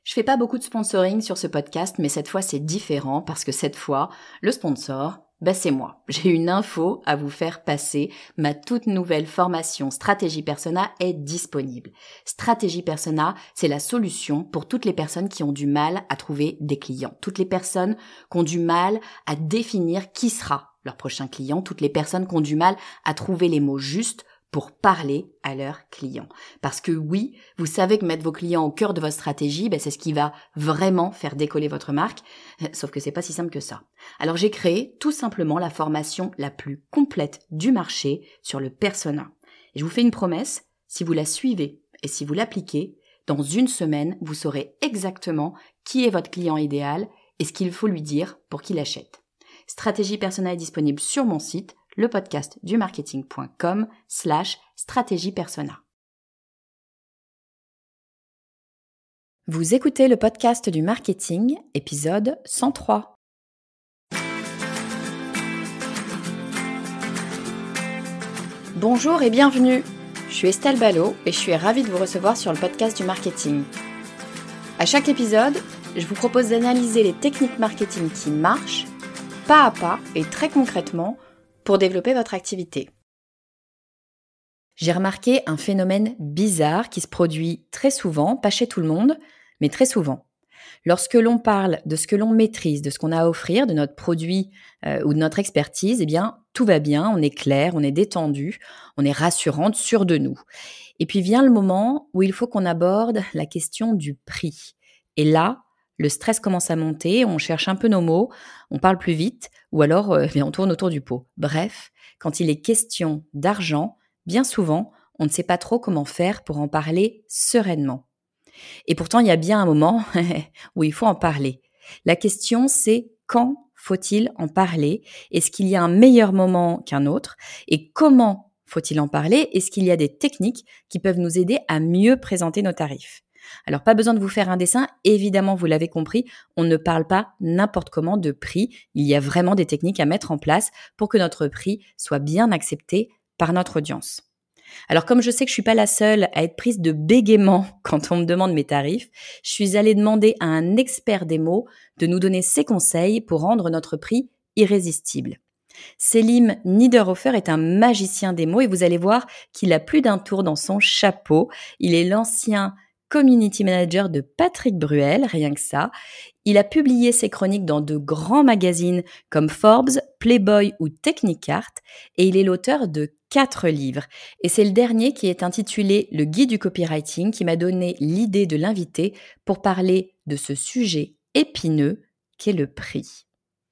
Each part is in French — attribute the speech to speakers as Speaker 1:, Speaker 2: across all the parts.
Speaker 1: Je fais pas beaucoup de sponsoring sur ce podcast, mais cette fois c'est différent parce que cette fois, le sponsor, c'est moi. J'ai une info à vous faire passer. Ma toute nouvelle formation Stratégie Persona est disponible. Stratégie Persona, c'est la solution pour toutes les personnes qui ont du mal à trouver des clients. Toutes les personnes qui ont du mal à définir qui sera leur prochain client. Toutes les personnes qui ont du mal à trouver les mots justes pour parler à leurs clients. Parce que oui, vous savez que mettre vos clients au cœur de votre stratégie, c'est ce qui va vraiment faire décoller votre marque, sauf que c'est pas si simple que ça. Alors j'ai créé tout simplement la formation la plus complète du marché sur le persona. Et je vous fais une promesse, si vous la suivez et si vous l'appliquez, dans une semaine, vous saurez exactement qui est votre client idéal et ce qu'il faut lui dire pour qu'il achète. Stratégie Persona est disponible sur mon site, lepodcastdumarketing.com/stratégie persona. Vous écoutez le podcast du marketing, épisode 103. Bonjour et bienvenue. Je suis Estelle Ballot et je suis ravie de vous recevoir sur le podcast du marketing. À chaque épisode, je vous propose d'analyser les techniques marketing qui marchent, pas à pas et très concrètement, pour développer votre activité. J'ai remarqué un phénomène bizarre qui se produit très souvent, pas chez tout le monde, mais très souvent. Lorsque l'on parle de ce que l'on maîtrise, de ce qu'on a à offrir, de notre produit ou de notre expertise, tout va bien, on est clair, on est détendu, on est rassurante, sûr de nous. Et puis vient le moment où il faut qu'on aborde la question du prix. Et là, le stress commence à monter, on cherche un peu nos mots, on parle plus vite ou alors on tourne autour du pot. Bref, quand il est question d'argent, bien souvent, on ne sait pas trop comment faire pour en parler sereinement. Et pourtant, il y a bien un moment où il faut en parler. La question, c'est quand faut-il en parler ? Est-ce qu'il y a un meilleur moment qu'un autre ? Et comment faut-il en parler ? Est-ce qu'il y a des techniques qui peuvent nous aider à mieux présenter nos tarifs ? Alors, pas besoin de vous faire un dessin, évidemment, vous l'avez compris, on ne parle pas n'importe comment de prix. Il y a vraiment des techniques à mettre en place pour que notre prix soit bien accepté par notre audience. Alors, comme je sais que je suis pas la seule à être prise de bégaiement quand on me demande mes tarifs, je suis allée demander à un expert des mots de nous donner ses conseils pour rendre notre prix irrésistible. Selim Niederhofer est un magicien des mots et vous allez voir qu'il a plus d'un tour dans son chapeau. Il est l'ancien community manager de Patrick Bruel, rien que ça. Il a publié ses chroniques dans de grands magazines comme Forbes, Playboy ou Technicart et il est l'auteur de 4 livres. Et c'est le dernier qui est intitulé « Le guide du copywriting » qui m'a donné l'idée de l'inviter pour parler de ce sujet épineux qu'est le prix.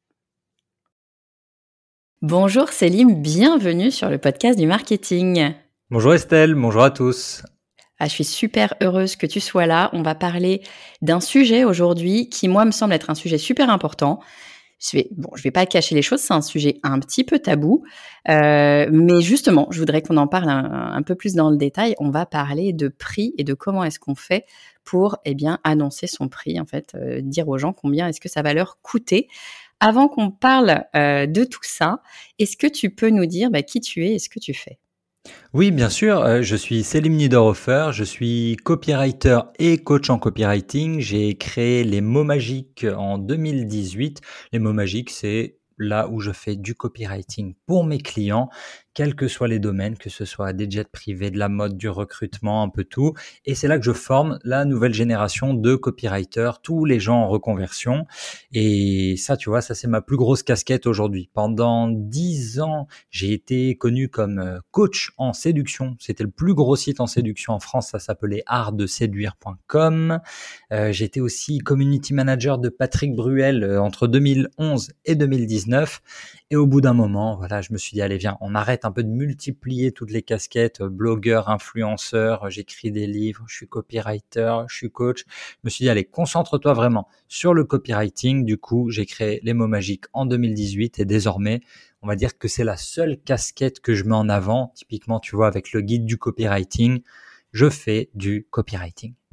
Speaker 1: Bonjour Selim, bienvenue sur le podcast du marketing.
Speaker 2: Bonjour Estelle, bonjour à tous.
Speaker 1: Je suis super heureuse que tu sois là. On va parler d'un sujet aujourd'hui qui, moi, me semble être un sujet super important. Je vais pas cacher les choses, c'est un sujet un petit peu tabou. Mais justement, je voudrais qu'on en parle un peu plus dans le détail. On va parler de prix et de comment est-ce qu'on fait pour, annoncer son prix, en fait, dire aux gens combien est-ce que ça va leur coûter. Avant qu'on parle de tout ça, est-ce que tu peux nous dire qui tu es et ce que tu fais ?
Speaker 2: Oui, bien sûr, je suis Selim Niederhofer, je suis copywriter et coach en copywriting. J'ai créé les mots magiques en 2018. Les mots magiques, c'est là où je fais du copywriting pour mes clients, quels que soient les domaines, que ce soit des jets privés, de la mode, du recrutement, un peu tout. Et c'est là que je forme la nouvelle génération de copywriters, tous les gens en reconversion. Et ça, tu vois, ça c'est ma plus grosse casquette aujourd'hui. Pendant 10 ans, j'ai été connu comme coach en séduction. C'était le plus gros site en séduction en France. Ça s'appelait artdeséduire.com. J'étais aussi community manager de Patrick Bruel entre 2011 et 2019. Et au bout d'un moment, voilà, je me suis dit, allez, viens, on arrête un peu de multiplier toutes les casquettes, blogueur, influenceur, j'écris des livres, je suis copywriter, je suis coach. Je me suis dit, allez, concentre-toi vraiment sur le copywriting. Du coup, j'ai créé les mots magiques en 2018 et désormais, on va dire que c'est la seule casquette que je mets en avant. Typiquement, tu vois, avec le guide du copywriting, je fais du copywriting.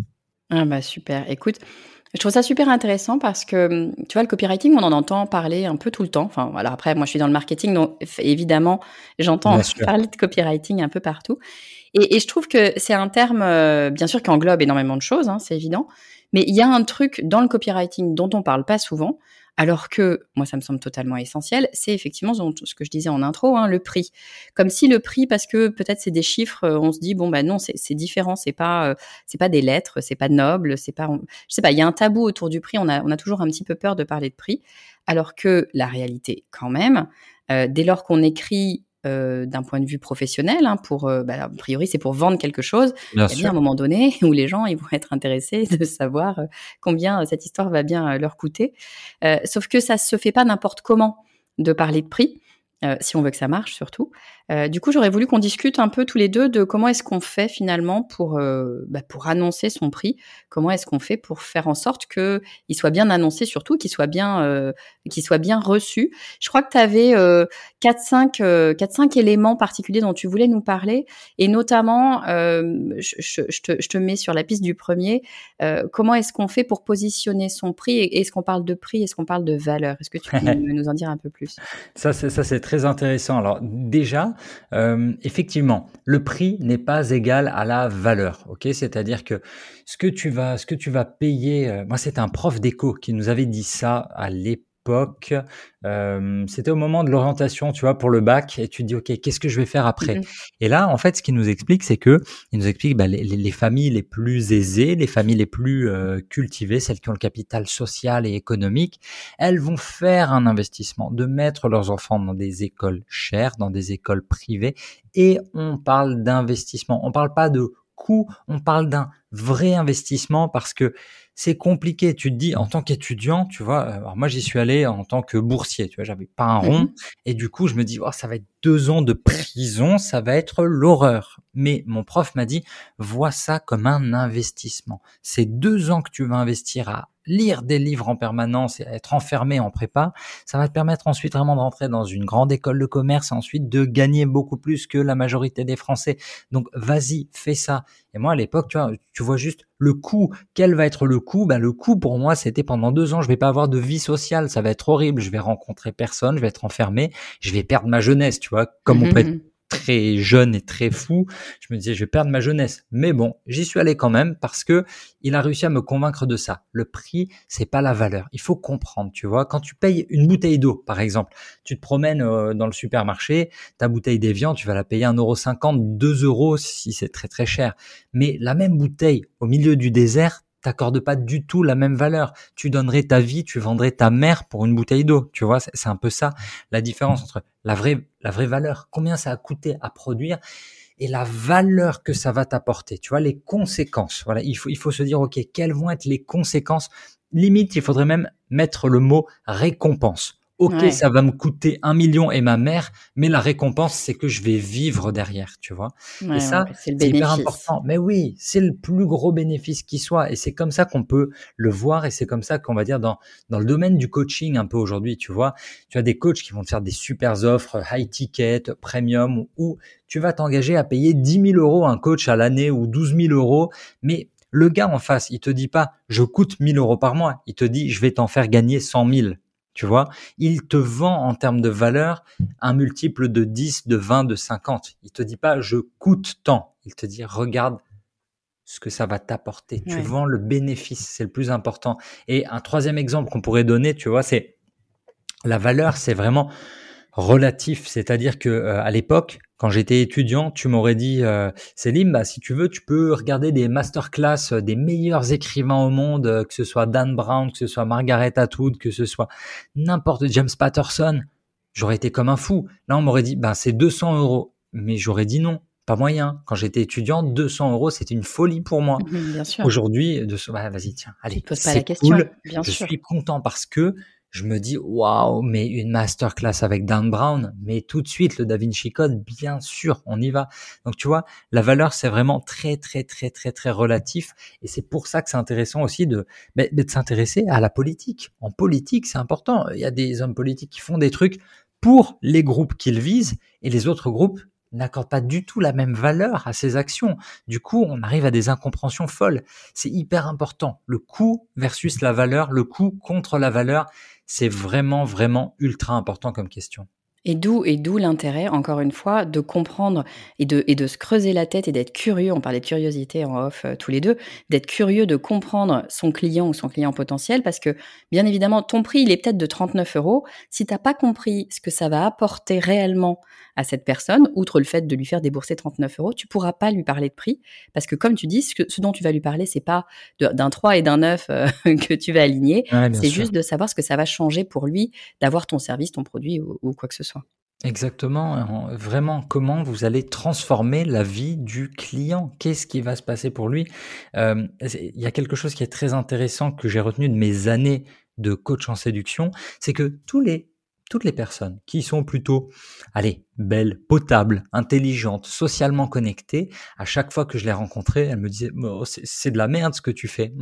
Speaker 1: Ah bah, super. Écoute, je trouve ça super intéressant parce que, tu vois, le copywriting, on en entend parler un peu tout le temps. Enfin, voilà, après, moi, je suis dans le marketing, donc évidemment, j'entends
Speaker 2: Bien sûr.
Speaker 1: parler de copywriting un peu partout. Et je trouve que c'est un terme, bien sûr, qui englobe énormément de choses, hein, c'est évident. Mais il y a un truc dans le copywriting dont on parle pas souvent, alors que moi, ça me semble totalement essentiel, c'est effectivement ce que je disais en intro, hein, le prix. Comme si le prix, parce que peut-être c'est des chiffres, on se dit bon bah non, c'est différent, c'est pas des lettres, c'est pas noble, c'est pas, je sais pas, il y a un tabou autour du prix. On a toujours un petit peu peur de parler de prix, alors que la réalité, quand même, dès lors qu'on écrit d'un point de vue professionnel, hein, a priori, c'est pour vendre quelque chose.
Speaker 2: Bien
Speaker 1: Il y a bien un
Speaker 2: sûr.
Speaker 1: moment donné où les gens, ils vont être intéressés de savoir combien cette histoire va bien leur coûter. Sauf que ça se fait pas n'importe comment de parler de prix, si on veut que ça marche surtout. Du coup, j'aurais voulu qu'on discute un peu tous les deux de comment est-ce qu'on fait finalement pour annoncer son prix. Comment est-ce qu'on fait pour faire en sorte qu'il soit bien annoncé, surtout qu'il soit bien reçu. Je crois que tu avais 4-5 éléments particuliers dont tu voulais nous parler, et notamment, je te mets sur la piste du premier. Comment est-ce qu'on fait pour positionner son prix, et est-ce qu'on parle de prix, est-ce qu'on parle de valeur? Est-ce que tu peux nous en dire un peu plus?
Speaker 2: Ça, c'est très intéressant. Alors déjà, effectivement, le prix n'est pas égal à la valeur, OK? C'est-à-dire que ce que tu vas payer, moi, c'était un prof d'éco qui nous avait dit ça à l'époque. C'était au moment de l'orientation, tu vois, pour le bac, et tu te dis: «OK, qu'est-ce que je vais faire
Speaker 1: Mmh
Speaker 2: après?»
Speaker 1: mh.
Speaker 2: Et là, en fait, ce qu'il nous explique, c'est que il nous explique, bah, les familles les plus aisées, les familles les plus, cultivées, celles qui ont le capital social et économique, elles vont faire un investissement, de mettre leurs enfants dans des écoles chères, dans des écoles privées, et on parle d'investissement. On parle pas de coût, on parle d'un vrai investissement, parce que c'est compliqué. Tu te dis, en tant qu'étudiant, tu vois, alors moi j'y suis allé en tant que boursier, tu vois, j'avais pas un rond,
Speaker 1: Mmh.
Speaker 2: et du coup je me dis, oh, ça va être 2 ans de prison, ça va être l'horreur. Mais mon prof m'a dit, vois ça comme un investissement. C'est 2 ans que tu vas investir à lire des livres en permanence et à être enfermé en prépa. Ça va te permettre ensuite vraiment de rentrer dans une grande école de commerce et ensuite de gagner beaucoup plus que la majorité des Français. Donc vas-y, fais ça. Et moi à l'époque, tu vois, tu vois juste le coût. Quel va être le coût? Ben, le coût pour moi, c'était pendant 2 ans, je vais pas avoir de vie sociale, ça va être horrible. Je vais rencontrer personne, je vais être enfermé, je vais perdre ma jeunesse, tu vois. Comme on peut être
Speaker 1: Mmh.
Speaker 2: très jeune et très fou, je me disais, je vais perdre ma jeunesse. Mais bon, j'y suis allé quand même, parce que il a réussi à me convaincre de ça. Le prix, c'est pas la valeur. Il faut comprendre, tu vois. Quand tu payes une bouteille d'eau, par exemple, tu te promènes dans le supermarché, ta bouteille d'Evian, tu vas la payer 1,50 €, 2 € si c'est très très cher. Mais la même bouteille au milieu du désert, t'accordes pas du tout la même valeur. Tu donnerais ta vie, tu vendrais ta mère pour une bouteille d'eau. Tu vois, c'est un peu ça la différence entre la vraie valeur, combien ça a coûté à produire, et la valeur que ça va t'apporter. Tu vois, les conséquences. Voilà, il faut se dire, OK, quelles vont être les conséquences? Limite, il faudrait même mettre le mot récompense. OK,
Speaker 1: Ouais,
Speaker 2: ça va me coûter 1 million et ma mère, mais la récompense, c'est que je vais vivre derrière, tu vois. Et
Speaker 1: ouais, ouais,
Speaker 2: ça,
Speaker 1: ouais, c'est le
Speaker 2: c'est hyper
Speaker 1: bénéfice.
Speaker 2: important. Mais oui, c'est le plus gros bénéfice qui soit. Et c'est comme ça qu'on peut le voir. Et c'est comme ça qu'on va dire dans le domaine du coaching un peu aujourd'hui, tu vois. Tu as des coachs qui vont te faire des super offres, high ticket, premium, où tu vas t'engager à payer 10 000 € un coach à l'année, ou 12 000 €. Mais le gars en face, il te dit pas, je coûte 1 000 € par mois. Il te dit, je vais t'en faire gagner 100 000. Tu vois, il te vend en termes de valeur un multiple de 10, de 20, de 50. Il te dit pas, je coûte tant. Il te dit, regarde ce que ça va t'apporter. Tu
Speaker 1: Ouais.
Speaker 2: vends le bénéfice, c'est le plus important. Et un troisième exemple qu'on pourrait donner, tu vois, c'est la valeur, c'est vraiment relatif. C'est-à-dire que à l'époque, quand j'étais étudiant, tu m'aurais dit, Célim, bah, si tu veux, tu peux regarder des masterclass des meilleurs écrivains au monde, que ce soit Dan Brown, que ce soit Margaret Atwood, que ce soit n'importe James Patterson. J'aurais été comme un fou. Là, on m'aurait dit, ben, c'est 200 €. Mais j'aurais dit non, pas moyen. Quand j'étais étudiant, 200 €, c'était une folie pour moi.
Speaker 1: Mmh, bien sûr.
Speaker 2: Aujourd'hui, bah, vas-y, tiens,
Speaker 1: Tu
Speaker 2: allez,
Speaker 1: te poses pas la
Speaker 2: c'est
Speaker 1: question,
Speaker 2: cool.
Speaker 1: bien
Speaker 2: Je
Speaker 1: sûr.
Speaker 2: suis content, parce que je me dis, waouh, mais une masterclass avec Dan Brown, mais tout de suite, le Da Vinci Code, bien sûr, on y va. Donc, tu vois, la valeur, c'est vraiment très, très, très, très, très relatif. Et c'est pour ça que c'est intéressant aussi de s'intéresser à la politique. En politique, c'est important. Il y a des hommes politiques qui font des trucs pour les groupes qu'ils visent, et les autres groupes n'accorde pas du tout la même valeur à ses actions. Du coup, on arrive à des incompréhensions folles. C'est hyper important. Le coût versus la valeur, le coût contre la valeur, c'est vraiment, vraiment ultra important comme question.
Speaker 1: Et d'où l'intérêt, encore une fois, de comprendre et de se creuser la tête et d'être curieux. On parlait de curiosité en off tous les deux, d'être curieux de comprendre son client ou son client potentiel, parce que bien évidemment, ton prix, il est peut-être de 39 euros. Si t'as pas compris ce que ça va apporter réellement à cette personne, outre le fait de lui faire débourser 39 euros, tu pourras pas lui parler de prix, parce que comme tu dis, ce dont tu vas lui parler, c'est pas d'un 3 et d'un 9 que tu vas aligner,
Speaker 2: Ouais, bien
Speaker 1: c'est
Speaker 2: sûr.
Speaker 1: juste de savoir ce que ça va changer pour lui d'avoir ton service, ton produit ou quoi que ce soit.
Speaker 2: Exactement, vraiment comment vous allez transformer la vie du client. Qu'est-ce qui va se passer pour lui? Il y a quelque chose qui est très intéressant que j'ai retenu de mes années de coach en séduction, c'est que toutes les personnes qui sont plutôt, allez, belles, potables, intelligentes, socialement connectées, à chaque fois que je les rencontrais, elles me disaient: «Oh, c'est de la merde ce que tu fais».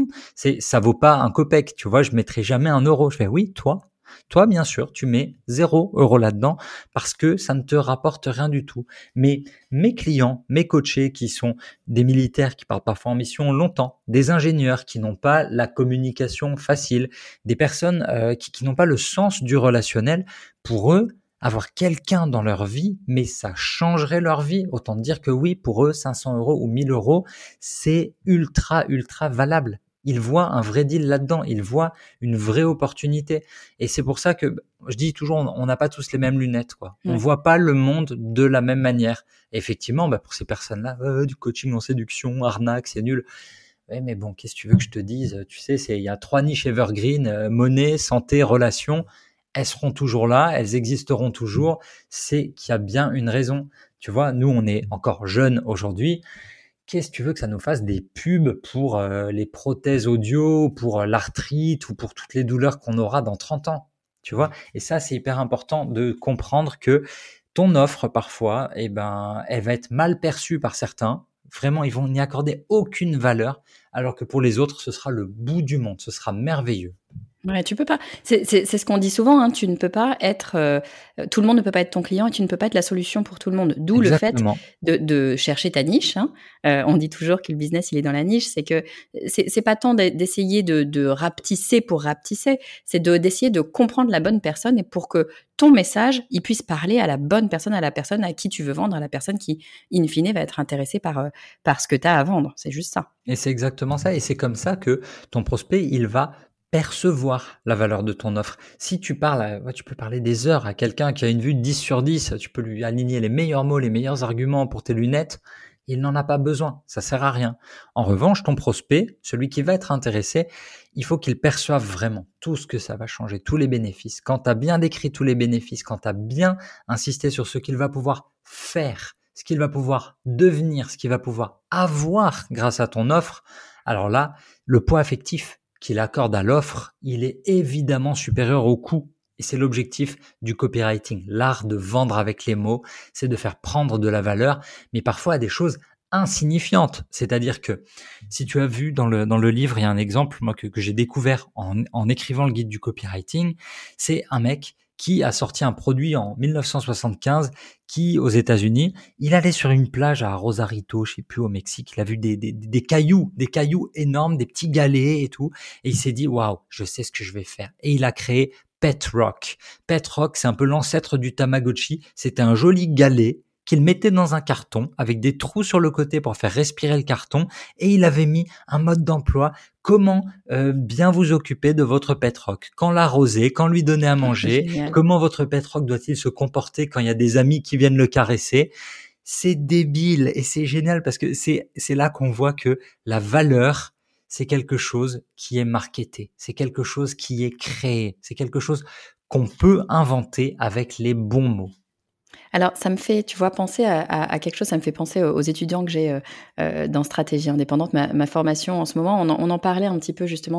Speaker 2: Ça vaut pas un copec, tu vois? Je mettrai jamais un euro. Je fais: «Oui, toi? Toi, bien sûr, tu mets 0 € là-dedans parce que ça ne te rapporte rien du tout. Mais mes clients, mes coachés qui sont des militaires qui partent parfois en mission longtemps, des ingénieurs qui n'ont pas la communication facile, des personnes qui n'ont pas le sens du relationnel, pour eux, avoir quelqu'un dans leur vie, mais ça changerait leur vie. Autant dire que oui, pour eux, 500 € ou 1 000 €, c'est ultra, ultra valable. Ils voient un vrai deal là-dedans, ils voient une vraie opportunité. Et c'est pour ça que je dis toujours, on n'a pas tous les mêmes lunettes, quoi. On
Speaker 1: Ouais.
Speaker 2: voit pas le monde de la même manière. Et effectivement, pour ces personnes-là, du coaching en séduction, arnaque, c'est nul. Ouais, mais bon, qu'est-ce que tu veux que je te dise? Tu sais, il y a 3 niches evergreen, monnaie, santé, relations. Elles seront toujours là, elles existeront toujours. C'est qu'il y a bien une raison. Tu vois, nous, on est encore jeunes aujourd'hui. Qu'est-ce que tu veux que ça nous fasse des pubs pour les prothèses audio, pour l'arthrite ou pour toutes les douleurs qu'on aura dans 30 ans, tu vois? Et ça, c'est hyper important de comprendre que ton offre, parfois, elle va être mal perçue par certains. Vraiment, ils vont n'y accorder aucune valeur, alors que pour les autres, ce sera le bout du monde, ce sera merveilleux.
Speaker 1: Ouais, tu peux pas. C'est ce qu'on dit souvent, hein, tu ne peux pas être, tout le monde ne peut pas être ton client et tu ne peux pas être la solution pour tout le monde. D'où le fait
Speaker 2: Exactement.
Speaker 1: de chercher ta niche, hein. On dit toujours que le business, il est dans la niche. C'est que c'est pas tant d'essayer de rapetisser pour rapetisser, c'est d'essayer de comprendre la bonne personne et pour que ton message, il puisse parler à la bonne personne, à la personne à qui tu veux vendre, à la personne qui, in fine, va être intéressée par ce que tu as à vendre. C'est juste ça.
Speaker 2: Et c'est exactement ça. Et c'est comme ça que ton prospect, il va percevoir la valeur de ton offre. Si tu parles, tu peux parler des heures à quelqu'un qui a une vue de 10 sur 10, tu peux lui aligner les meilleurs mots, les meilleurs arguments pour tes lunettes, il n'en a pas besoin, ça sert à rien. En revanche, ton prospect, celui qui va être intéressé, il faut qu'il perçoive vraiment tout ce que ça va changer, tous les bénéfices. Quand tu as bien décrit tous les bénéfices, quand tu as bien insisté sur ce qu'il va pouvoir faire, ce qu'il va pouvoir devenir, ce qu'il va pouvoir avoir grâce à ton offre, alors là, le poids affectif qu'il accorde à l'offre, il est évidemment supérieur au coût. Et c'est l'objectif du copywriting. L'art de vendre avec les mots, c'est de faire prendre de la valeur, mais parfois à des choses insignifiantes. C'est-à-dire que si tu as vu dans le livre, il y a un exemple moi que j'ai découvert en écrivant le guide du copywriting, c'est un mec qui a sorti un produit en 1975 qui, aux États-Unis, il allait sur une plage à Rosarito, je sais plus, au Mexique, il a vu des cailloux énormes, des petits galets et tout, et il s'est dit, waouh, je sais ce que je vais faire. Et il a créé Pet Rock. Pet Rock, c'est un peu l'ancêtre du Tamagotchi. C'était un joli galet qu'il mettait dans un carton avec des trous sur le côté pour faire respirer le carton, et il avait mis un mode d'emploi. Comment bien vous occuper de votre pet rock, quand l'arroser, quand lui donner à manger,
Speaker 1: Génial.
Speaker 2: comment votre pet rock doit-il se comporter quand il y a des amis qui viennent le caresser. C'est débile et c'est génial parce que c'est là qu'on voit que la valeur, c'est quelque chose qui est marketé, c'est quelque chose qui est créé, c'est quelque chose qu'on peut inventer avec les bons mots.
Speaker 1: Alors, ça me fait, tu vois, penser à quelque chose, ça me fait penser aux étudiants que j'ai dans Stratégie Indépendante, ma formation en ce moment. On en parlait un petit peu justement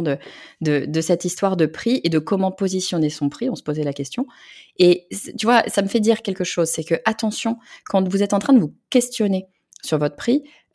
Speaker 1: de cette histoire de prix et de comment positionner son prix. On se posait la question. Et tu vois, ça me fait dire quelque chose, c'est que attention, quand vous êtes en train de vous questionner sur votre prix,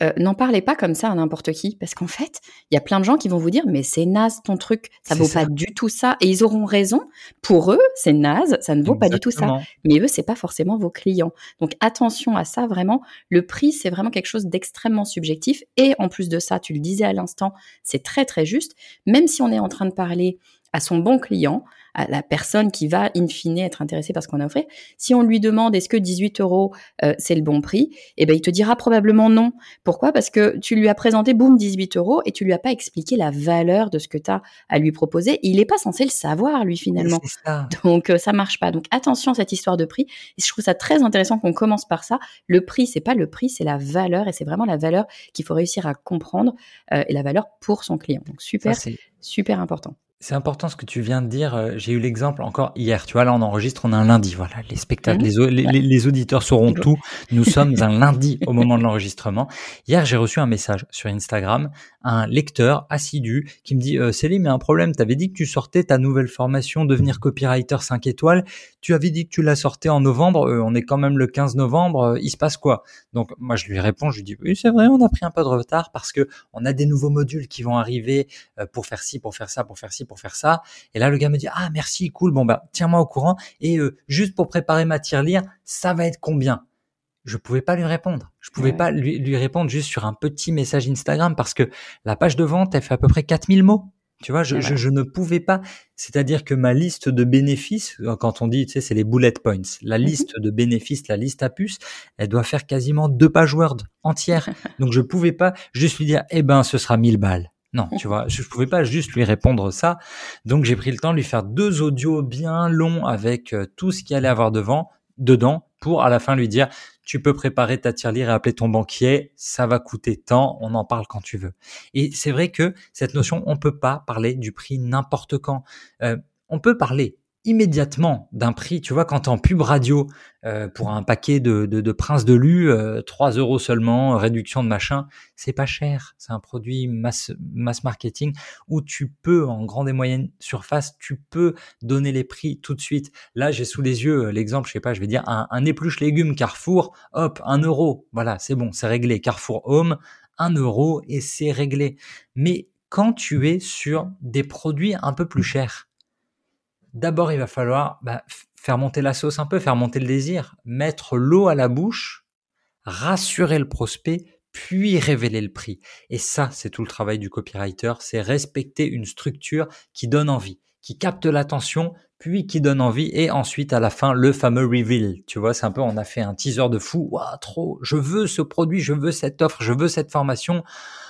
Speaker 1: n'en parlez pas comme ça à n'importe qui, parce qu'en fait, il y a plein de gens qui vont vous dire: «Mais c'est naze ton truc, ça
Speaker 2: C'est
Speaker 1: vaut pas
Speaker 2: ça,
Speaker 1: du tout ça» et ils auront raison. Pour eux, c'est naze, ça ne vaut pas du tout ça.
Speaker 2: exactement.
Speaker 1: Mais eux, c'est pas forcément vos clients. Donc attention à ça vraiment. Le prix, c'est vraiment quelque chose d'extrêmement subjectif et en plus de ça, tu le disais à l'instant, c'est très, très juste. Même si on est en train de parler à son bon client, à la personne qui va in fine être intéressée par ce qu'on a offert, si on lui demande: «Est-ce que 18 €, c'est le bon prix?» eh ben, il te dira probablement non. Pourquoi? Parce que tu lui as présenté, boum, 18 € et tu lui as pas expliqué la valeur de ce que tu as à lui proposer. Il est pas censé le savoir, lui,
Speaker 2: Et
Speaker 1: finalement.
Speaker 2: c'est ça.
Speaker 1: Donc, ça marche pas. Donc, attention à cette histoire de prix. Et je trouve ça très intéressant qu'on commence par ça. Le prix, c'est pas le prix, c'est la valeur et c'est vraiment la valeur qu'il faut réussir à comprendre, et la valeur pour son client. Donc,
Speaker 2: Ça,
Speaker 1: super,
Speaker 2: c'est
Speaker 1: super important.
Speaker 2: C'est important ce que tu viens de dire. J'ai eu l'exemple encore hier. Tu vois, là, on enregistre, on est un lundi. Voilà, les spectateurs,
Speaker 1: Mmh. Ouais,
Speaker 2: les auditeurs sauront
Speaker 1: bon.
Speaker 2: tout. Nous sommes un lundi au moment de l'enregistrement. Hier, j'ai reçu un message sur Instagram, un lecteur assidu qui me dit Céline, il y a un problème. Tu avais dit que tu sortais ta nouvelle formation, devenir copywriter 5 étoiles. Tu avais dit que tu la sortais en novembre. On est quand même le 15 novembre. Il se passe quoi? Donc, moi, je lui réponds, je lui dis oui, c'est vrai, on a pris un peu de retard parce que on a des nouveaux modules qui vont arriver pour faire ci, pour faire ça, pour faire ci, pour faire ça. Et là, le gars me dit, ah, merci, cool, bon, bah, tiens-moi au courant. Et juste pour préparer ma tirelire, ça va être combien? Je pouvais pas lui répondre. Je
Speaker 1: Ouais,
Speaker 2: pouvais
Speaker 1: ouais.
Speaker 2: pas lui répondre juste sur un petit message Instagram parce que la page de vente, elle fait à peu près 4000 mots. Tu vois,
Speaker 1: Et voilà.
Speaker 2: je ne pouvais pas. C'est-à-dire que ma liste de bénéfices, quand on dit, tu sais, c'est les bullet points. La
Speaker 1: Mmh.
Speaker 2: liste de bénéfices, la liste à puce, elle doit faire quasiment 2 pages Word entières. Donc, je pouvais pas juste lui dire, eh ben, ce sera 1000 balles. Non, tu vois, je pouvais pas juste lui répondre ça. Donc, j'ai pris le temps de lui faire 2 audios bien longs avec tout ce qu'il allait avoir dedans, pour à la fin lui dire, tu peux préparer ta tirelire et appeler ton banquier, ça va coûter tant, on en parle quand tu veux. Et c'est vrai que cette notion, on peut pas parler du prix n'importe quand. Euh, on peut parler immédiatement d'un prix, tu vois, quand t'es en pub radio pour un paquet de Prince de Lu, 3 € seulement, réduction de machin, c'est pas cher, c'est un produit mass marketing où tu peux, en grande et moyenne surface, tu peux donner les prix tout de suite. Là, j'ai sous les yeux l'exemple, je sais pas, je vais dire un épluche légumes Carrefour, hop, 1 €. Voilà, c'est bon, c'est réglé. Carrefour Home, 1 € et c'est réglé. Mais quand tu es sur des produits un peu plus chers, d'abord, il va falloir faire monter la sauce un peu, faire monter le désir, mettre l'eau à la bouche, rassurer le prospect, puis révéler le prix. Et ça, c'est tout le travail du copywriter, c'est respecter une structure qui donne envie, qui capte l'attention, puis qui donne envie, et ensuite, à la fin, le fameux reveal. Tu vois, c'est un peu, on a fait un teaser de fou, waouh, trop, je veux ce produit, je veux cette offre, je veux cette formation,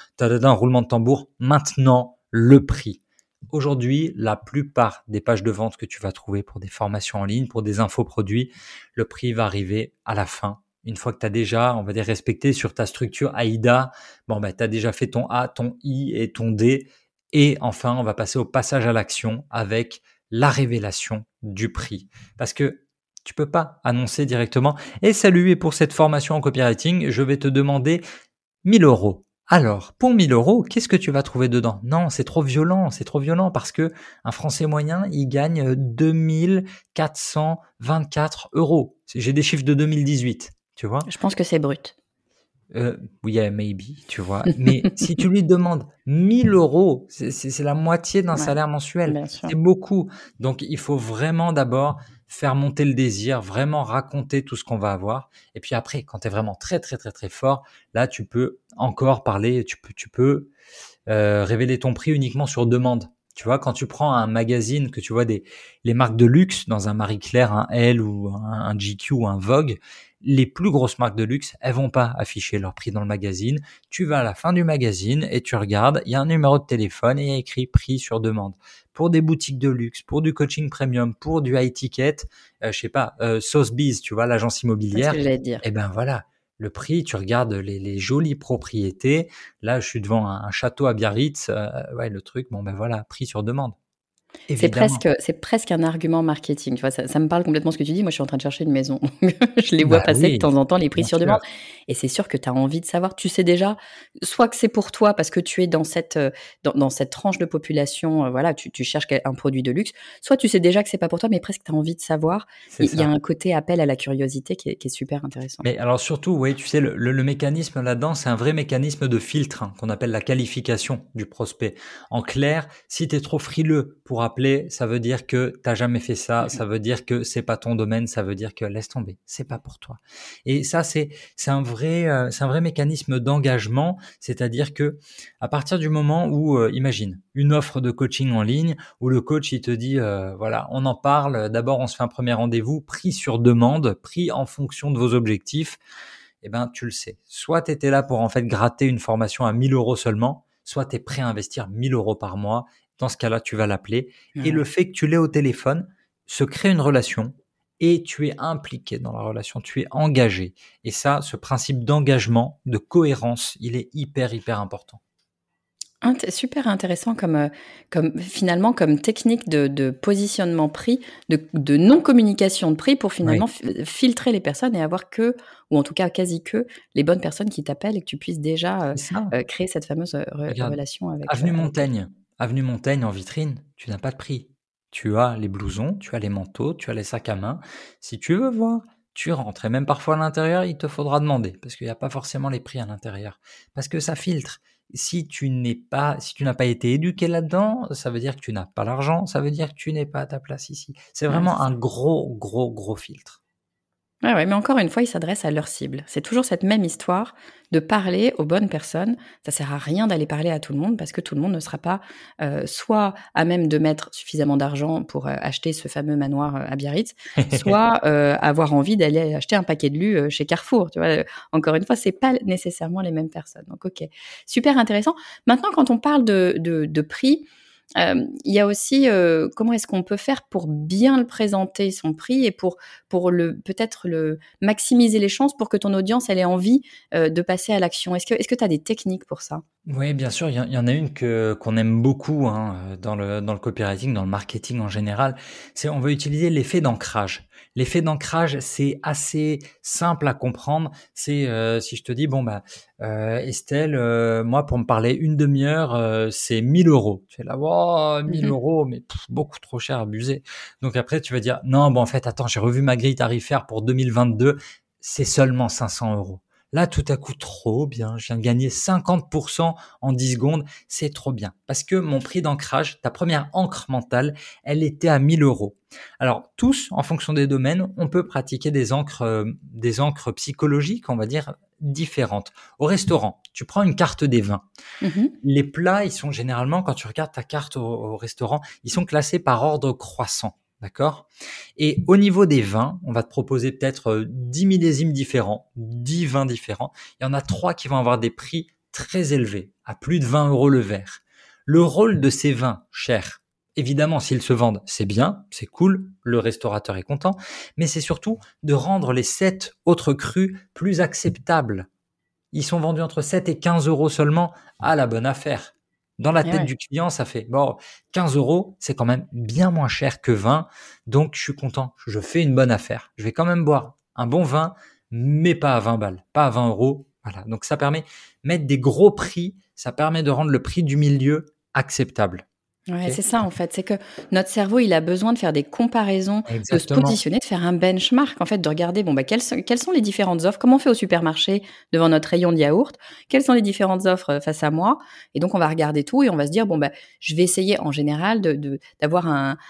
Speaker 2: un roulement de tambour, maintenant, le prix. Aujourd'hui, la plupart des pages de vente que tu vas trouver pour des formations en ligne, pour des infoproduits, le prix va arriver à la fin. Une fois que tu as déjà, on va dire, respecté sur ta structure AIDA, bon, tu as déjà fait ton A, ton I et ton D. Et enfin, on va passer au passage à l'action avec la révélation du prix. Parce que tu peux pas annoncer directement, et salut, et pour cette formation en copywriting, je vais te demander 1000 €. Alors, pour 1000 €, qu'est-ce que tu vas trouver dedans? Non, c'est trop violent parce que un Français moyen, il gagne 2424 €. J'ai des chiffres de 2018, tu vois?
Speaker 1: Je pense que c'est brut.
Speaker 2: Oui, yeah, maybe, tu vois? Mais si tu lui demandes 1000 €, c'est la moitié d'un
Speaker 1: Ouais,
Speaker 2: salaire mensuel.
Speaker 1: bien sûr.
Speaker 2: C'est beaucoup. Donc, il faut vraiment d'abord faire monter le désir, vraiment raconter tout ce qu'on va avoir. Et puis après, quand tu es vraiment très, très, très, très fort, là, tu peux encore parler, tu peux révéler ton prix uniquement sur demande. Tu vois, quand tu prends un magazine, que tu vois les marques de luxe dans un Marie Claire, un Elle ou un GQ ou un Vogue, les plus grosses marques de luxe, elles vont pas afficher leur prix dans le magazine. Tu vas à la fin du magazine et tu regardes, il y a un numéro de téléphone et il y a écrit prix sur demande. Pour des boutiques de luxe, pour du coaching premium, pour du high ticket, je sais pas, Sotheby's, tu vois, l'agence
Speaker 1: C'est ce que
Speaker 2: immobilière,
Speaker 1: j'allais te dire.
Speaker 2: eh ben voilà, le prix, tu regardes les jolies propriétés. Là, je suis devant un château à Biarritz. Ouais, le truc, bon ben voilà, prix sur demande. Évidemment.
Speaker 1: C'est presque un argument marketing, tu vois? Ça me parle complètement ce que tu dis. Moi, je suis en train de chercher une maison, je les vois
Speaker 2: Bah
Speaker 1: passer de
Speaker 2: oui,
Speaker 1: temps en temps, les prix
Speaker 2: bien
Speaker 1: sur
Speaker 2: sûr.
Speaker 1: demande et c'est sûr que tu as envie de savoir. Tu sais déjà, soit que c'est pour toi parce que tu es dans dans cette tranche de population, voilà, tu cherches un produit de luxe, soit tu sais déjà que c'est pas pour toi, mais presque tu as envie de savoir.
Speaker 2: C'est
Speaker 1: Il y a
Speaker 2: ça.
Speaker 1: un côté appel à la curiosité qui est super intéressant.
Speaker 2: Mais alors surtout, oui, tu sais, le mécanisme là-dedans, c'est un vrai mécanisme de filtre qu'on appelle la qualification du prospect. En clair, si tu es trop frileux pour appeler, ça veut dire que t'as jamais fait ça,
Speaker 1: Mmh.
Speaker 2: ça veut dire que c'est pas ton domaine, ça veut dire que laisse tomber, c'est pas pour toi. Et ça, c'est un vrai mécanisme d'engagement, c'est-à-dire que à partir du moment où, imagine, une offre de coaching en ligne où le coach il te dit, voilà, on en parle, d'abord on se fait un premier rendez-vous, prix sur demande, prix en fonction de vos objectifs, eh ben, tu le sais. Soit tu étais là pour en fait gratter une formation à 1 000 € seulement, soit tu es prêt à investir 1 000 € par mois. Dans ce cas-là, tu vas l'appeler. Et le
Speaker 1: Ouais.
Speaker 2: fait que tu l'aies au téléphone se crée une relation et tu es impliqué dans la relation, tu es engagé. Et ça, ce principe d'engagement, de cohérence, il est hyper, hyper important.
Speaker 1: Super intéressant comme finalement comme technique de positionnement prix, de non-communication de prix pour
Speaker 2: Oui,
Speaker 1: finalement filtrer les personnes et avoir que ou en tout cas quasi que les bonnes personnes qui t'appellent et que tu puisses déjà,
Speaker 2: c'est ça.
Speaker 1: créer cette fameuse,
Speaker 2: Regarde,
Speaker 1: relation
Speaker 2: avenue
Speaker 1: avec eux.
Speaker 2: Montaigne. Avenue Montaigne en vitrine, tu n'as pas de prix. Tu as les blousons, tu as les manteaux, tu as les sacs à main. Si tu veux voir, tu rentres. Et même parfois à l'intérieur, il te faudra demander parce qu'il n'y a pas forcément les prix à l'intérieur. Parce que ça filtre. Si tu n'as pas été éduqué là-dedans, ça veut dire que tu n'as pas l'argent, ça veut dire que tu n'es pas à ta place ici. C'est
Speaker 1: Ouais,
Speaker 2: vraiment
Speaker 1: c'est
Speaker 2: un
Speaker 1: ça.
Speaker 2: gros, gros, gros filtre.
Speaker 1: Ouais, ouais, mais encore une fois, ils s'adressent à leur cible. C'est toujours cette même histoire de parler aux bonnes personnes. Ça sert à rien d'aller parler à tout le monde parce que tout le monde ne sera pas soit à même de mettre suffisamment d'argent pour acheter ce fameux manoir à Biarritz, soit avoir envie d'aller acheter un paquet de lus chez Carrefour. Tu vois, encore une fois, c'est pas nécessairement les mêmes personnes. Donc, ok, super intéressant. Maintenant, quand on parle de prix, il y a aussi, comment est-ce qu'on peut faire pour bien le présenter son prix et pour le peut-être le maximiser les chances pour que ton audience, elle ait envie, de passer à l'action? Est-ce que tu as des techniques pour ça?
Speaker 2: Oui, bien sûr, il y en a une qu'on aime beaucoup hein, dans le copywriting, dans le marketing en général. C'est on veut utiliser l'effet d'ancrage. L'effet d'ancrage, c'est assez simple à comprendre. C'est si je te dis bon bah Estelle, moi pour me parler une demi-heure, c'est 1 000 €. Tu es là, wow, 1 000 €, mais beaucoup trop cher, abusé. Donc après tu vas dire non, bon en fait attends, j'ai revu ma grille tarifaire pour 2022, c'est seulement 500 €. Là, tout à coup, trop bien. Je viens de gagner 50% en 10 secondes. C'est trop bien. Parce que mon prix d'ancrage, ta première encre mentale, elle était à 1 000 €. Alors, tous, en fonction des domaines, on peut pratiquer des encres psychologiques, on va dire, différentes. Au restaurant, tu prends une carte des vins.
Speaker 1: Mmh.
Speaker 2: Les plats, ils sont généralement, quand tu regardes ta carte au restaurant, ils sont classés par ordre croissant. D'accord? Et au niveau des vins, on va te proposer peut-être 10 millésimes différents, 10 vins différents. Il y en a 3 qui vont avoir des prix très élevés, à plus de 20 € le verre. Le rôle de ces vins chers, évidemment, s'ils se vendent, c'est bien, c'est cool, le restaurateur est content, mais c'est surtout de rendre les 7 autres crus plus acceptables. Ils sont vendus entre 7 et 15 € seulement à la bonne affaire. Dans la
Speaker 1: Et
Speaker 2: tête
Speaker 1: ouais.
Speaker 2: du client, ça fait bon, 15 €, c'est quand même bien moins cher que 20, donc je suis content, je fais une bonne affaire. Je vais quand même boire un bon vin, mais pas à 20 balles, pas à 20 €. Voilà, donc ça permet mettre des gros prix, ça permet de rendre le prix du milieu acceptable.
Speaker 1: Ouais,
Speaker 2: Ok.
Speaker 1: c'est ça en fait, c'est que notre cerveau, il a besoin de faire des comparaisons, de se
Speaker 2: Exactement.
Speaker 1: positionner, de faire un benchmark en fait, de regarder bon bah quelles sont les différentes offres, comment on fait au supermarché devant notre rayon de yaourt, quelles sont les différentes offres face à moi, et donc on va regarder tout et on va se dire bon bah je vais essayer en général d'avoir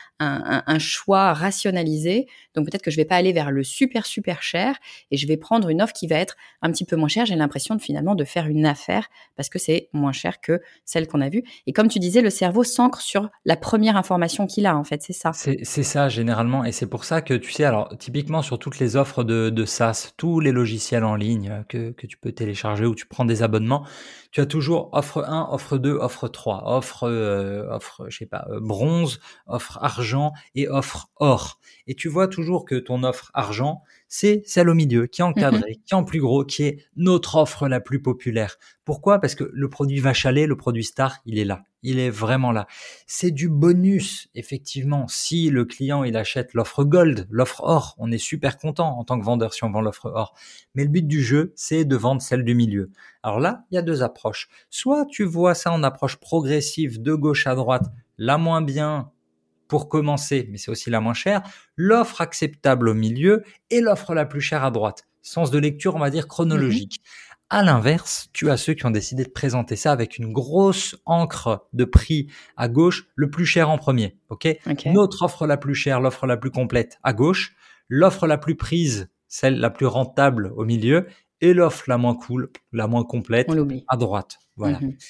Speaker 1: un choix rationalisé, donc peut-être que je vais pas aller vers le super super cher et je vais prendre une offre qui va être un petit peu moins chère. J'ai l'impression finalement de faire une affaire parce que c'est moins cher que celle qu'on a vue. Et comme tu disais, le cerveau s'ancre sur la première information qu'il a, en fait, c'est ça.
Speaker 2: C'est ça généralement et c'est pour ça que tu sais alors typiquement sur toutes les offres de SaaS, tous les logiciels en ligne que tu peux télécharger ou tu prends des abonnements, tu as toujours offre 1, offre 2, offre 3, offre je sais pas, bronze, offre argent et offre or. Et tu vois toujours que ton offre argent, c'est celle au milieu, qui est
Speaker 1: Mhm.
Speaker 2: encadrée, qui est en plus gros, qui est notre offre la plus populaire. Pourquoi? Parce que le produit vache à lait, le produit star, il est là. Il est vraiment là. C'est du bonus, effectivement. Si le client, il achète l'offre gold, l'offre or, on est super content en tant que vendeur si on vend l'offre or. Mais le but du jeu, c'est de vendre celle du milieu. Alors là, il y a deux approches. Soit tu vois ça en approche progressive de gauche à droite, la moins bien pour commencer, mais c'est aussi la moins chère, l'offre acceptable au milieu et l'offre la plus chère à droite. Sens de lecture, on va dire,
Speaker 1: Mhm.
Speaker 2: chronologique. À l'inverse, tu as ceux qui ont décidé de présenter ça avec une grosse encre de prix à gauche, le plus cher en premier. Ok?
Speaker 1: Ok.
Speaker 2: Notre offre la plus chère, l'offre la plus complète à gauche, l'offre la plus prise, celle la plus rentable au milieu, et l'offre la moins cool, la moins
Speaker 1: On
Speaker 2: complète
Speaker 1: l'oublie.
Speaker 2: à droite. Voilà.
Speaker 1: Mhm.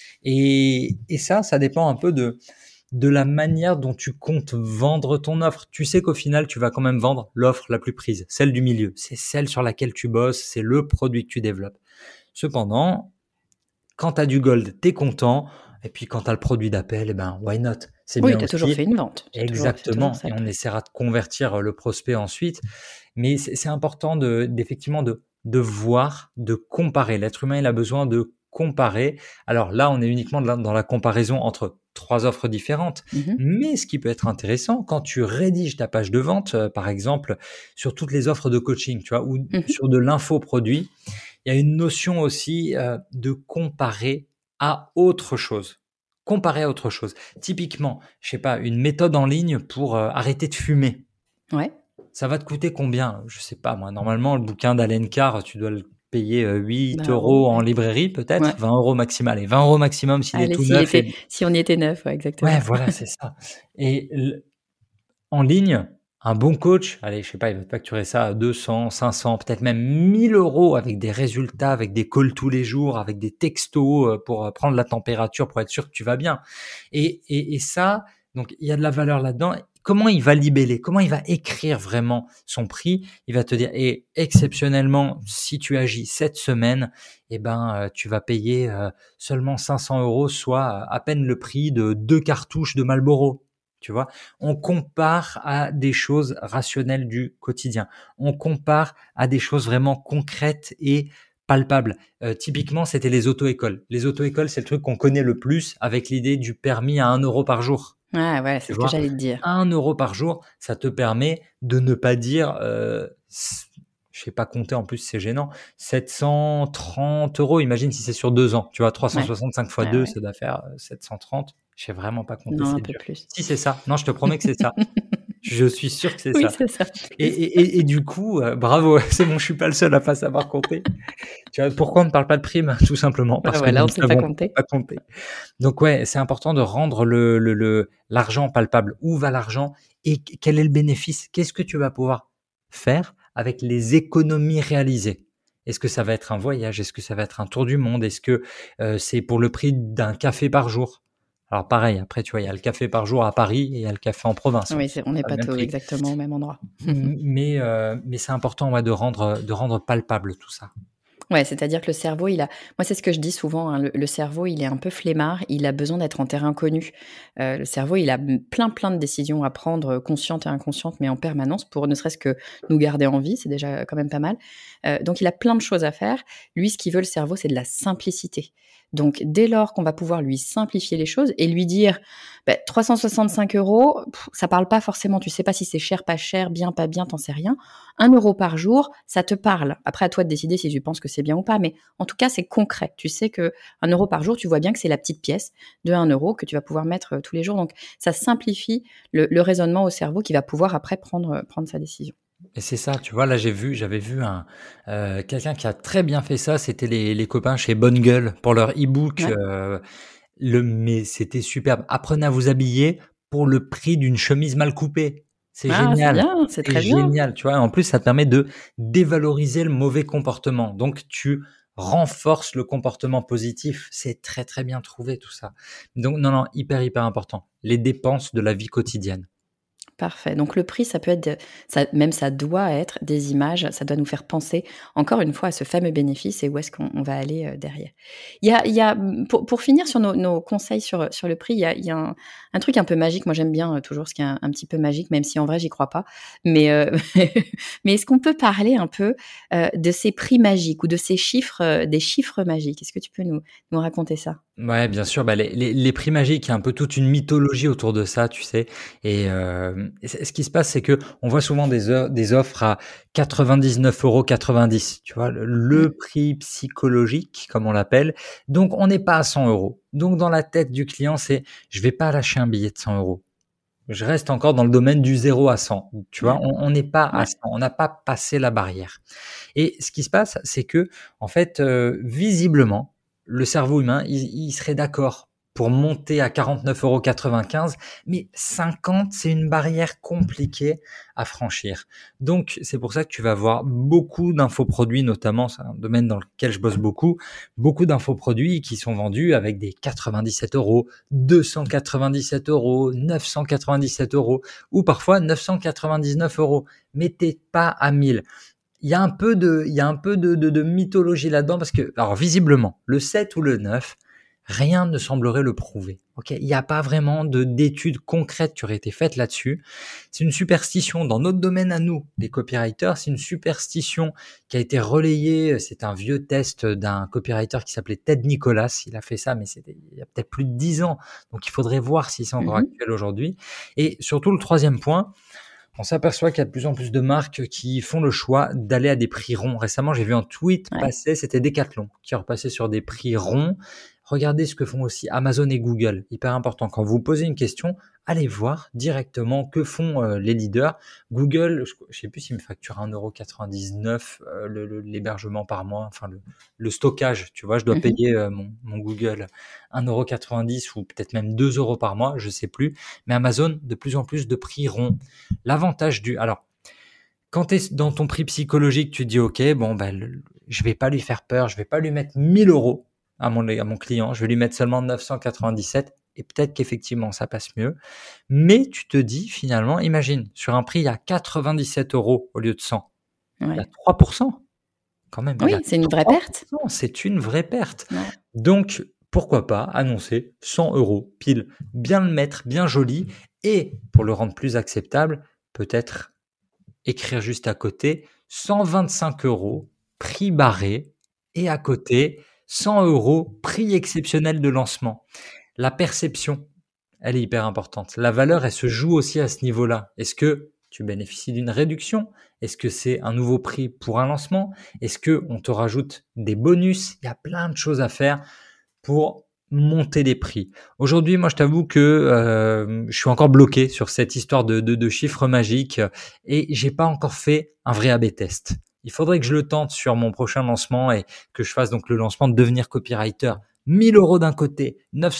Speaker 2: Et ça dépend un peu de la manière dont tu comptes vendre ton offre. Tu sais qu'au final, tu vas quand même vendre l'offre la plus prise, celle du milieu. C'est celle sur laquelle tu bosses, c'est le produit que tu développes. Cependant, quand tu as du gold, tu es content. Et puis quand tu as le produit d'appel, eh ben, why not? C'est
Speaker 1: Oui,
Speaker 2: bien
Speaker 1: tu as toujours
Speaker 2: aussi.
Speaker 1: fait une vente. C'est toujours
Speaker 2: Exactement.
Speaker 1: ça
Speaker 2: Et
Speaker 1: le
Speaker 2: on
Speaker 1: truc.
Speaker 2: essaiera de convertir le prospect ensuite. Mais c'est important d'effectivement de voir, de comparer. L'être humain, il a besoin de comparer. Alors là, on est uniquement dans la comparaison entre trois offres différentes.
Speaker 1: Mhm.
Speaker 2: Mais ce qui peut être intéressant, quand tu rédiges ta page de vente, par exemple, sur toutes les offres de coaching, tu vois, ou
Speaker 1: Mhm.
Speaker 2: sur de l'infoproduit, il y a une notion aussi de comparer à autre chose. Comparer à autre chose. Typiquement, je sais pas, une méthode en ligne pour arrêter de fumer.
Speaker 1: Ouais.
Speaker 2: Ça va te coûter combien? Je sais pas moi. Normalement, le bouquin d'Alain Carr, tu dois le payer 8
Speaker 1: Bah, euros,
Speaker 2: euros en
Speaker 1: ouais.
Speaker 2: librairie peut-être,
Speaker 1: Ouais.
Speaker 2: 20 euros maximal. Et 20 euros maximum s'il est
Speaker 1: Allez,
Speaker 2: tout neuf.
Speaker 1: si on y était neuf, ouais,
Speaker 2: Ouais,
Speaker 1: exactement.
Speaker 2: voilà, c'est ça. Et en ligne, un bon coach, allez, je sais pas, il va te facturer ça à 200, 500, peut-être même 1000 euros avec des résultats, avec des calls tous les jours, avec des textos pour prendre la température, pour être sûr que tu vas bien. Et ça, donc il y a de la valeur là-dedans. Comment il va libeller? Comment il va écrire vraiment son prix? Il va te dire, et exceptionnellement, si tu agis cette semaine, eh ben, tu vas payer seulement 500 euros, soit à peine le prix de 2 cartouches de Marlboro. Tu vois, on compare à des choses rationnelles du quotidien. On compare à des choses vraiment concrètes et palpables. Typiquement, c'était les auto-écoles. Les auto-écoles, c'est le truc qu'on connaît le plus avec l'idée du permis à 1 € par jour.
Speaker 1: Ah ouais, c'est
Speaker 2: Tu
Speaker 1: ce que
Speaker 2: vois,
Speaker 1: j'allais te dire.
Speaker 2: 1 € par jour, ça te permet de ne pas dire, je sais pas compter en plus, c'est gênant, 730 euros. Imagine si c'est sur 2 ans. Tu vois,
Speaker 1: Ouais.
Speaker 2: 365 fois
Speaker 1: Ouais,
Speaker 2: 2,
Speaker 1: ouais.
Speaker 2: ça doit faire 730. Je sais vraiment pas compter,
Speaker 1: Non, un
Speaker 2: c'est
Speaker 1: peu
Speaker 2: dur.
Speaker 1: plus.
Speaker 2: Si c'est ça. Non, je te promets que c'est ça. Je suis sûr que c'est
Speaker 1: Oui,
Speaker 2: ça.
Speaker 1: c'est ça. Plus.
Speaker 2: Et du coup, bravo, c'est bon, je suis pas le seul à pas savoir compter. Tu vois, pourquoi on ne parle pas de prime? Tout simplement
Speaker 1: Bah
Speaker 2: parce que nous
Speaker 1: voilà, on
Speaker 2: ne
Speaker 1: sait pas
Speaker 2: savons
Speaker 1: compter.
Speaker 2: pas compter. Donc ouais, c'est important de rendre l'argent palpable. Où va l'argent et quel est le bénéfice? Qu'est-ce que tu vas pouvoir faire avec les économies réalisées? Est-ce que ça va être un voyage? Est-ce que ça va être un tour du monde? Est-ce que c'est pour le prix d'un café par jour? Alors pareil, après tu vois, il y a le café par jour à Paris et il y a le café en province.
Speaker 1: Oui,
Speaker 2: C'est
Speaker 1: on n'est
Speaker 2: pas le
Speaker 1: pas
Speaker 2: même
Speaker 1: tous
Speaker 2: prix.
Speaker 1: exactement au même endroit.
Speaker 2: Mais c'est important, ouais, de rendre palpable tout ça.
Speaker 1: Ouais, c'est-à-dire que le cerveau, moi, c'est ce que je dis souvent, hein, le cerveau, il est un peu flemmard, il a besoin d'être en terrain connu. Le cerveau, il a plein de décisions à prendre, conscientes et inconscientes, mais en permanence pour ne serait-ce que nous garder en vie, c'est déjà quand même pas mal. Donc il a plein de choses à faire. Lui, ce qu'il veut, le cerveau, c'est de la simplicité. Donc dès lors qu'on va pouvoir lui simplifier les choses et lui dire: 365 €, ça parle pas forcément, tu sais pas si c'est cher, pas cher, bien, pas bien, tu sais rien. 1 € par jour, ça te parle. Après, à toi de décider si tu penses que c'est bien ou pas, mais en tout cas, c'est concret. Tu sais que 1 € par jour, tu vois bien que c'est la petite pièce de 1 € que tu vas pouvoir mettre tous les jours. Donc, ça simplifie le raisonnement au cerveau qui va pouvoir après prendre sa décision.
Speaker 2: Et c'est ça, tu vois, là j'avais vu quelqu'un qui a très bien fait ça, c'était les copains chez Bonne Gueule pour leur e-book,
Speaker 1: Ouais.
Speaker 2: mais c'était superbe. Apprenez à vous habiller pour le prix d'une chemise mal coupée. C'est
Speaker 1: Ah, c'est
Speaker 2: génial,
Speaker 1: bien, c'est
Speaker 2: c'est
Speaker 1: très bien.
Speaker 2: génial, tu vois. En plus, ça te permet de dévaloriser le mauvais comportement. Donc tu renforces le comportement positif. C'est très très bien trouvé tout ça. Donc non, non, hyper hyper important. Les dépenses de la vie quotidienne.
Speaker 1: Parfait. Donc le prix, ça peut être, ça doit être des images, ça doit nous faire penser encore une fois à ce fameux bénéfice et où est-ce qu'on va aller derrière. Pour finir sur nos conseils sur le prix, il y a un truc un peu magique. Moi, j'aime bien toujours ce qui est un petit peu magique, même si en vrai, j'y crois pas. Mais, mais est-ce qu'on peut parler un peu de ces prix magiques ou de ces chiffres, des chiffres magiques? Est-ce que tu peux nous raconter ça?
Speaker 2: Ouais, bien sûr, bah, les prix magiques, il y a un peu toute une mythologie autour de ça, tu sais? Et ce qui se passe, c'est qu'on voit souvent des offres à 99,90 €, tu vois?
Speaker 1: Mmh.
Speaker 2: Le prix psychologique, comme on l'appelle. Donc on n'est pas à 100 €. Donc dans la tête du client, c'est: «Je vais pas lâcher un billet de 100 €. Je reste encore dans le domaine du 0 à 100», tu vois?
Speaker 1: Ouais,
Speaker 2: On n'est pas à
Speaker 1: ouais.
Speaker 2: 100, on n'a pas passé la barrière. Et ce qui se passe, c'est que, en fait, visiblement, le cerveau humain, il serait d'accord pour monter à 49,95 €, mais 50, c'est une barrière compliquée à franchir. Donc, c'est pour ça que tu vas voir beaucoup d'infoproduits, notamment, c'est un domaine dans lequel je bosse beaucoup d'infoproduits qui sont vendus avec des 97 €, 297 €, 997 € ou parfois 999 €. Mais t'es pas à 1000. Il y a un peu de mythologie là-dedans parce que, alors visiblement, le 7 ou le 9, rien ne semblerait le prouver. Ok, il n'y a pas vraiment d'études concrètes qui auraient été faites là-dessus. C'est une superstition dans notre domaine à nous, les copywriters. C'est une superstition qui a été relayée. C'est un vieux test d'un copywriter qui s'appelait Ted Nicholas. Il a fait ça, mais c'était il y a peut-être plus de 10 ans. Donc il faudrait voir si c'est encore
Speaker 1: Mmh.
Speaker 2: actuel aujourd'hui. Et surtout le troisième point, on s'aperçoit qu'il y a de plus en plus de marques qui font le choix d'aller à des prix ronds. Récemment, j'ai vu un tweet
Speaker 1: Ouais.
Speaker 2: passer, c'était Decathlon qui repassait sur des prix ronds. Regardez ce que font aussi Amazon et Google. Hyper important. Quand vous posez une question, allez voir directement que font les leaders. Google, je sais plus s'il me facture 1,99 € l'hébergement par mois, enfin le stockage. Tu vois, je dois
Speaker 1: Mmh.
Speaker 2: payer mon Google 1,90 € ou peut-être même 2 € par mois, je sais plus. Mais Amazon, de plus en plus de prix ronds. L'avantage du... Alors, quand tu es dans ton prix psychologique, tu te dis, OK, bon, ben, je vais pas lui faire peur, je vais pas lui mettre 1000 € à mon client, je vais lui mettre seulement 997 et peut-être qu'effectivement, ça passe mieux. Mais tu te dis, finalement, imagine, sur un prix à 97 € au lieu de 100, il y a
Speaker 1: Ouais.
Speaker 2: 3%. Quand même, il y a
Speaker 1: Oui, c'est une vraie perte.
Speaker 2: 3%, c'est une vraie perte.
Speaker 1: Ouais.
Speaker 2: Donc, pourquoi pas annoncer 100 € pile, bien le mettre, bien joli, et pour le rendre plus acceptable, peut-être écrire juste à côté 125 € prix barré et à côté 100 € prix exceptionnel de lancement. La perception, elle est hyper importante. La valeur, elle se joue aussi à ce niveau-là. Est-ce que tu bénéficies d'une réduction? Est-ce que c'est un nouveau prix pour un lancement? Est-ce que on te rajoute des bonus? Il y a plein de choses à faire pour monter les prix. Aujourd'hui, moi, je t'avoue que je suis encore bloqué sur cette histoire de chiffres magiques et j'ai pas encore fait un vrai A/B test. Il faudrait que je le tente sur mon prochain lancement et que je fasse donc le lancement de devenir copywriter. 1000 € d'un côté,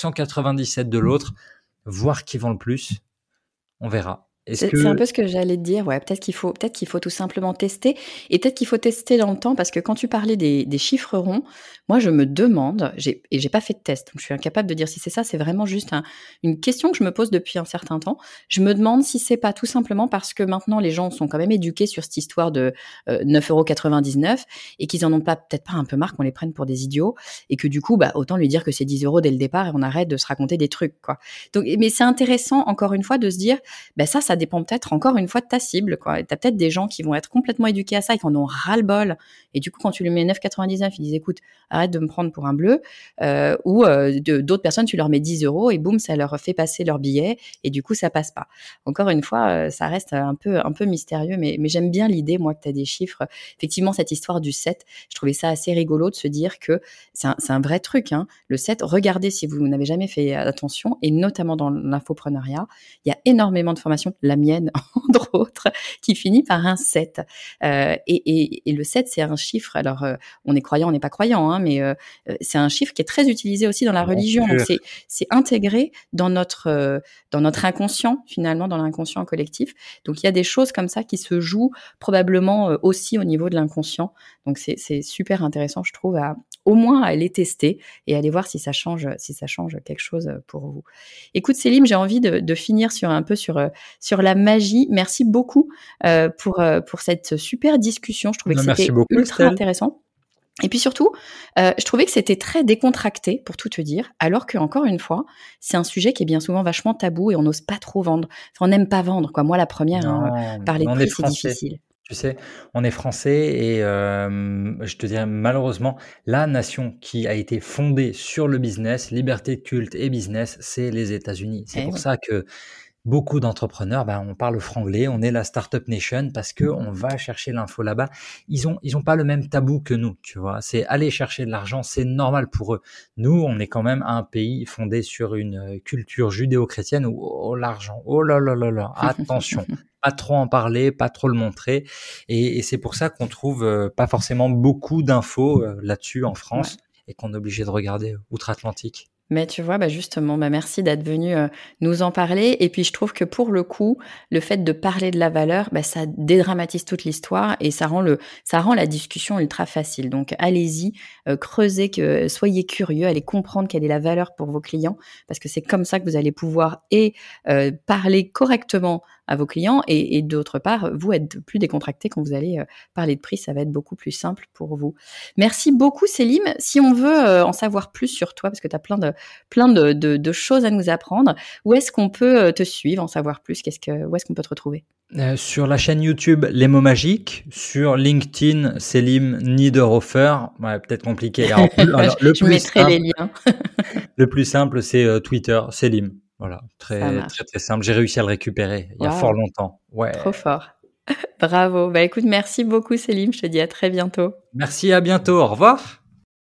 Speaker 2: 997 de l'autre, voir qui vend le plus. On verra. Est-ce
Speaker 1: C'est un
Speaker 2: que
Speaker 1: peu ce que j'allais te dire, ouais, peut-être qu'il faut tout simplement tester et peut-être qu'il faut tester dans le temps parce que quand tu parlais des chiffres ronds, moi je me demande, j'ai pas fait de test, donc je suis incapable de dire si c'est ça, c'est vraiment juste une question que je me pose depuis un certain temps. Je me demande si c'est pas tout simplement parce que maintenant les gens sont quand même éduqués sur cette histoire de 9,99 € et qu'ils en ont pas peut-être pas un peu marre qu'on les prenne pour des idiots et que du coup, bah, autant lui dire que c'est 10 € dès le départ et on arrête de se raconter des trucs, quoi. Donc mais c'est intéressant encore une fois de se dire, bah, ça dépend peut-être encore une fois de ta cible, quoi. Tu as peut-être des gens qui vont être complètement éduqués à ça et qui en ont ras-le-bol. Et du coup, quand tu lui mets 9,99, ils disent écoute, arrête de me prendre pour un bleu. D'autres personnes, tu leur mets 10 € et boum, ça leur fait passer leur billet et du coup, ça passe pas. Encore une fois, ça reste un peu mystérieux, mais j'aime bien l'idée, moi, que tu as des chiffres. Effectivement, cette histoire du 7, je trouvais ça assez rigolo de se dire que c'est un vrai truc, hein. Le 7, regardez si vous n'avez jamais fait attention, et notamment dans l'infopreneuriat, il y a énormément de formations, la mienne entre autres, qui finit par un 7. Et le 7, c'est un chiffre, alors on est croyant, on n'est pas croyant, hein, mais c'est un chiffre qui est très utilisé aussi dans la
Speaker 2: bien
Speaker 1: religion. Donc
Speaker 2: sûr.
Speaker 1: c'est intégré dans notre inconscient, finalement, dans l'inconscient collectif. Donc il y a des choses comme ça qui se jouent probablement aussi au niveau de l'inconscient. Donc c'est super intéressant, je trouve, au moins à les tester et aller voir si ça change quelque chose pour vous. Écoute Céline, j'ai envie de finir sur sur la magie. Merci beaucoup pour cette super discussion. Je trouvais que
Speaker 2: Merci
Speaker 1: c'était
Speaker 2: beaucoup,
Speaker 1: ultra
Speaker 2: Estelle.
Speaker 1: intéressant. Et puis surtout, je trouvais que c'était très décontracté, pour tout te dire, alors qu'encore une fois, c'est un sujet qui est bien souvent vachement tabou et on n'ose pas trop vendre. Enfin, on n'aime pas vendre, quoi. Moi, la première, hein,
Speaker 2: Non,
Speaker 1: parler de
Speaker 2: on est
Speaker 1: prix, c'est
Speaker 2: français.
Speaker 1: difficile.
Speaker 2: Tu sais, on est français et je te dirais malheureusement, la nation qui a été fondée sur le business, liberté de culte et business, c'est les États-Unis. C'est
Speaker 1: Eh
Speaker 2: pour
Speaker 1: oui.
Speaker 2: ça que beaucoup d'entrepreneurs, on parle franglais, on est la startup nation parce que on va chercher l'info là-bas. Ils ont pas le même tabou que nous, tu vois. C'est aller chercher de l'argent, c'est normal pour eux. Nous, on est quand même un pays fondé sur une culture judéo-chrétienne où oh, l'argent, oh là là là là, attention, pas trop en parler, pas trop le montrer. Et c'est pour ça qu'on trouve pas forcément beaucoup d'infos là-dessus en
Speaker 1: Ouais.
Speaker 2: France et qu'on est obligé de regarder outre-Atlantique.
Speaker 1: Mais tu vois, justement, merci d'être venu nous en parler. Et puis, je trouve que pour le coup, le fait de parler de la valeur, ça dédramatise toute l'histoire et ça rend la discussion ultra facile. Donc, allez-y, creusez, soyez curieux, allez comprendre quelle est la valeur pour vos clients, parce que c'est comme ça que vous allez pouvoir parler correctement à vos clients et d'autre part, vous être plus décontracté quand vous allez parler de prix, ça va être beaucoup plus simple pour vous. Merci beaucoup, Célim. Si on veut en savoir plus sur toi, parce que tu as plein de choses à nous apprendre. Où est-ce qu'on peut te suivre, en savoir plus? Où est-ce qu'on peut te retrouver?
Speaker 2: Sur la chaîne YouTube Les mots magiques, sur LinkedIn Selim Niederhofer, ouais, peut-être compliqué. Alors,
Speaker 1: Je mettrai les liens.
Speaker 2: le plus simple, c'est Twitter Selim. Voilà,
Speaker 1: Ça
Speaker 2: très très
Speaker 1: marche.
Speaker 2: très simple. J'ai réussi à le récupérer il y a fort
Speaker 1: Waouh,
Speaker 2: longtemps.
Speaker 1: trop
Speaker 2: Ouais.
Speaker 1: fort. Bravo. Écoute, merci beaucoup, Célim. Je te dis à très bientôt.
Speaker 2: Merci, à bientôt. Au revoir.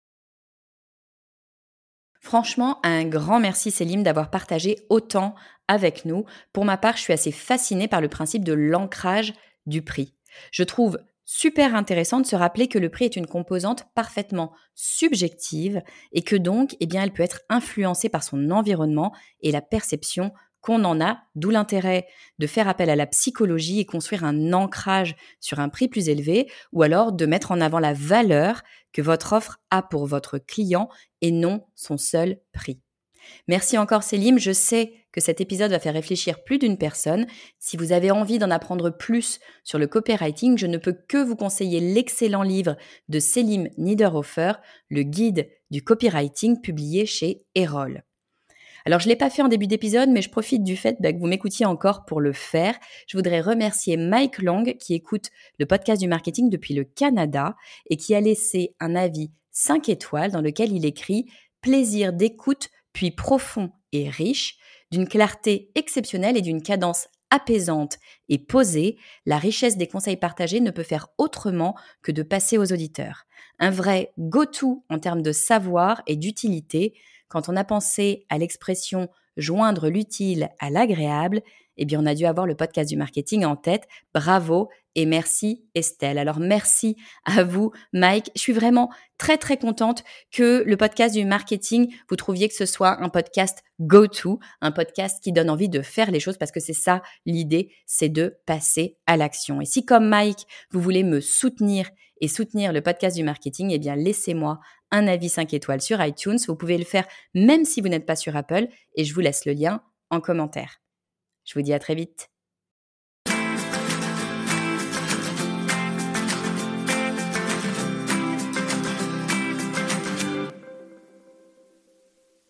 Speaker 1: Franchement, un grand merci Célim d'avoir partagé autant avec nous. Pour ma part, je suis assez fascinée par le principe de l'ancrage du prix. Je trouve super intéressant de se rappeler que le prix est une composante parfaitement subjective et que donc, elle peut être influencée par son environnement et la perception qu'on en a, d'où l'intérêt de faire appel à la psychologie et construire un ancrage sur un prix plus élevé, ou alors de mettre en avant la valeur que votre offre a pour votre client et non son seul prix. Merci encore Célim, je sais que cet épisode va faire réfléchir plus d'une personne. Si vous avez envie d'en apprendre plus sur le copywriting, je ne peux que vous conseiller l'excellent livre de Célim Niederhofer, Le guide du copywriting, publié chez Erol. Alors, je ne l'ai pas fait en début d'épisode, mais je profite du fait que vous m'écoutiez encore pour le faire. Je voudrais remercier Mike Lang qui écoute le podcast du marketing depuis le Canada et qui a laissé un avis 5 étoiles dans lequel il écrit « Plaisir d'écoute, puis profond et riche, d'une clarté exceptionnelle et d'une cadence apaisante et posée, la richesse des conseils partagés ne peut faire autrement que de passer aux auditeurs. Un vrai go-to en termes de savoir et d'utilité. Quand on a pensé à l'expression « joindre l'utile à l'agréable », on a dû avoir le podcast du marketing en tête. Bravo et merci Estelle. Alors merci à vous Mike. Je suis vraiment très très contente que le podcast du marketing, vous trouviez que ce soit un podcast go-to, un podcast qui donne envie de faire les choses parce que c'est ça l'idée, c'est de passer à l'action. Et si comme Mike, vous voulez me soutenir et soutenir le podcast du marketing, laissez-moi un avis 5 étoiles sur iTunes. Vous pouvez le faire même si vous n'êtes pas sur Apple et je vous laisse le lien en commentaire. Je vous dis à très vite.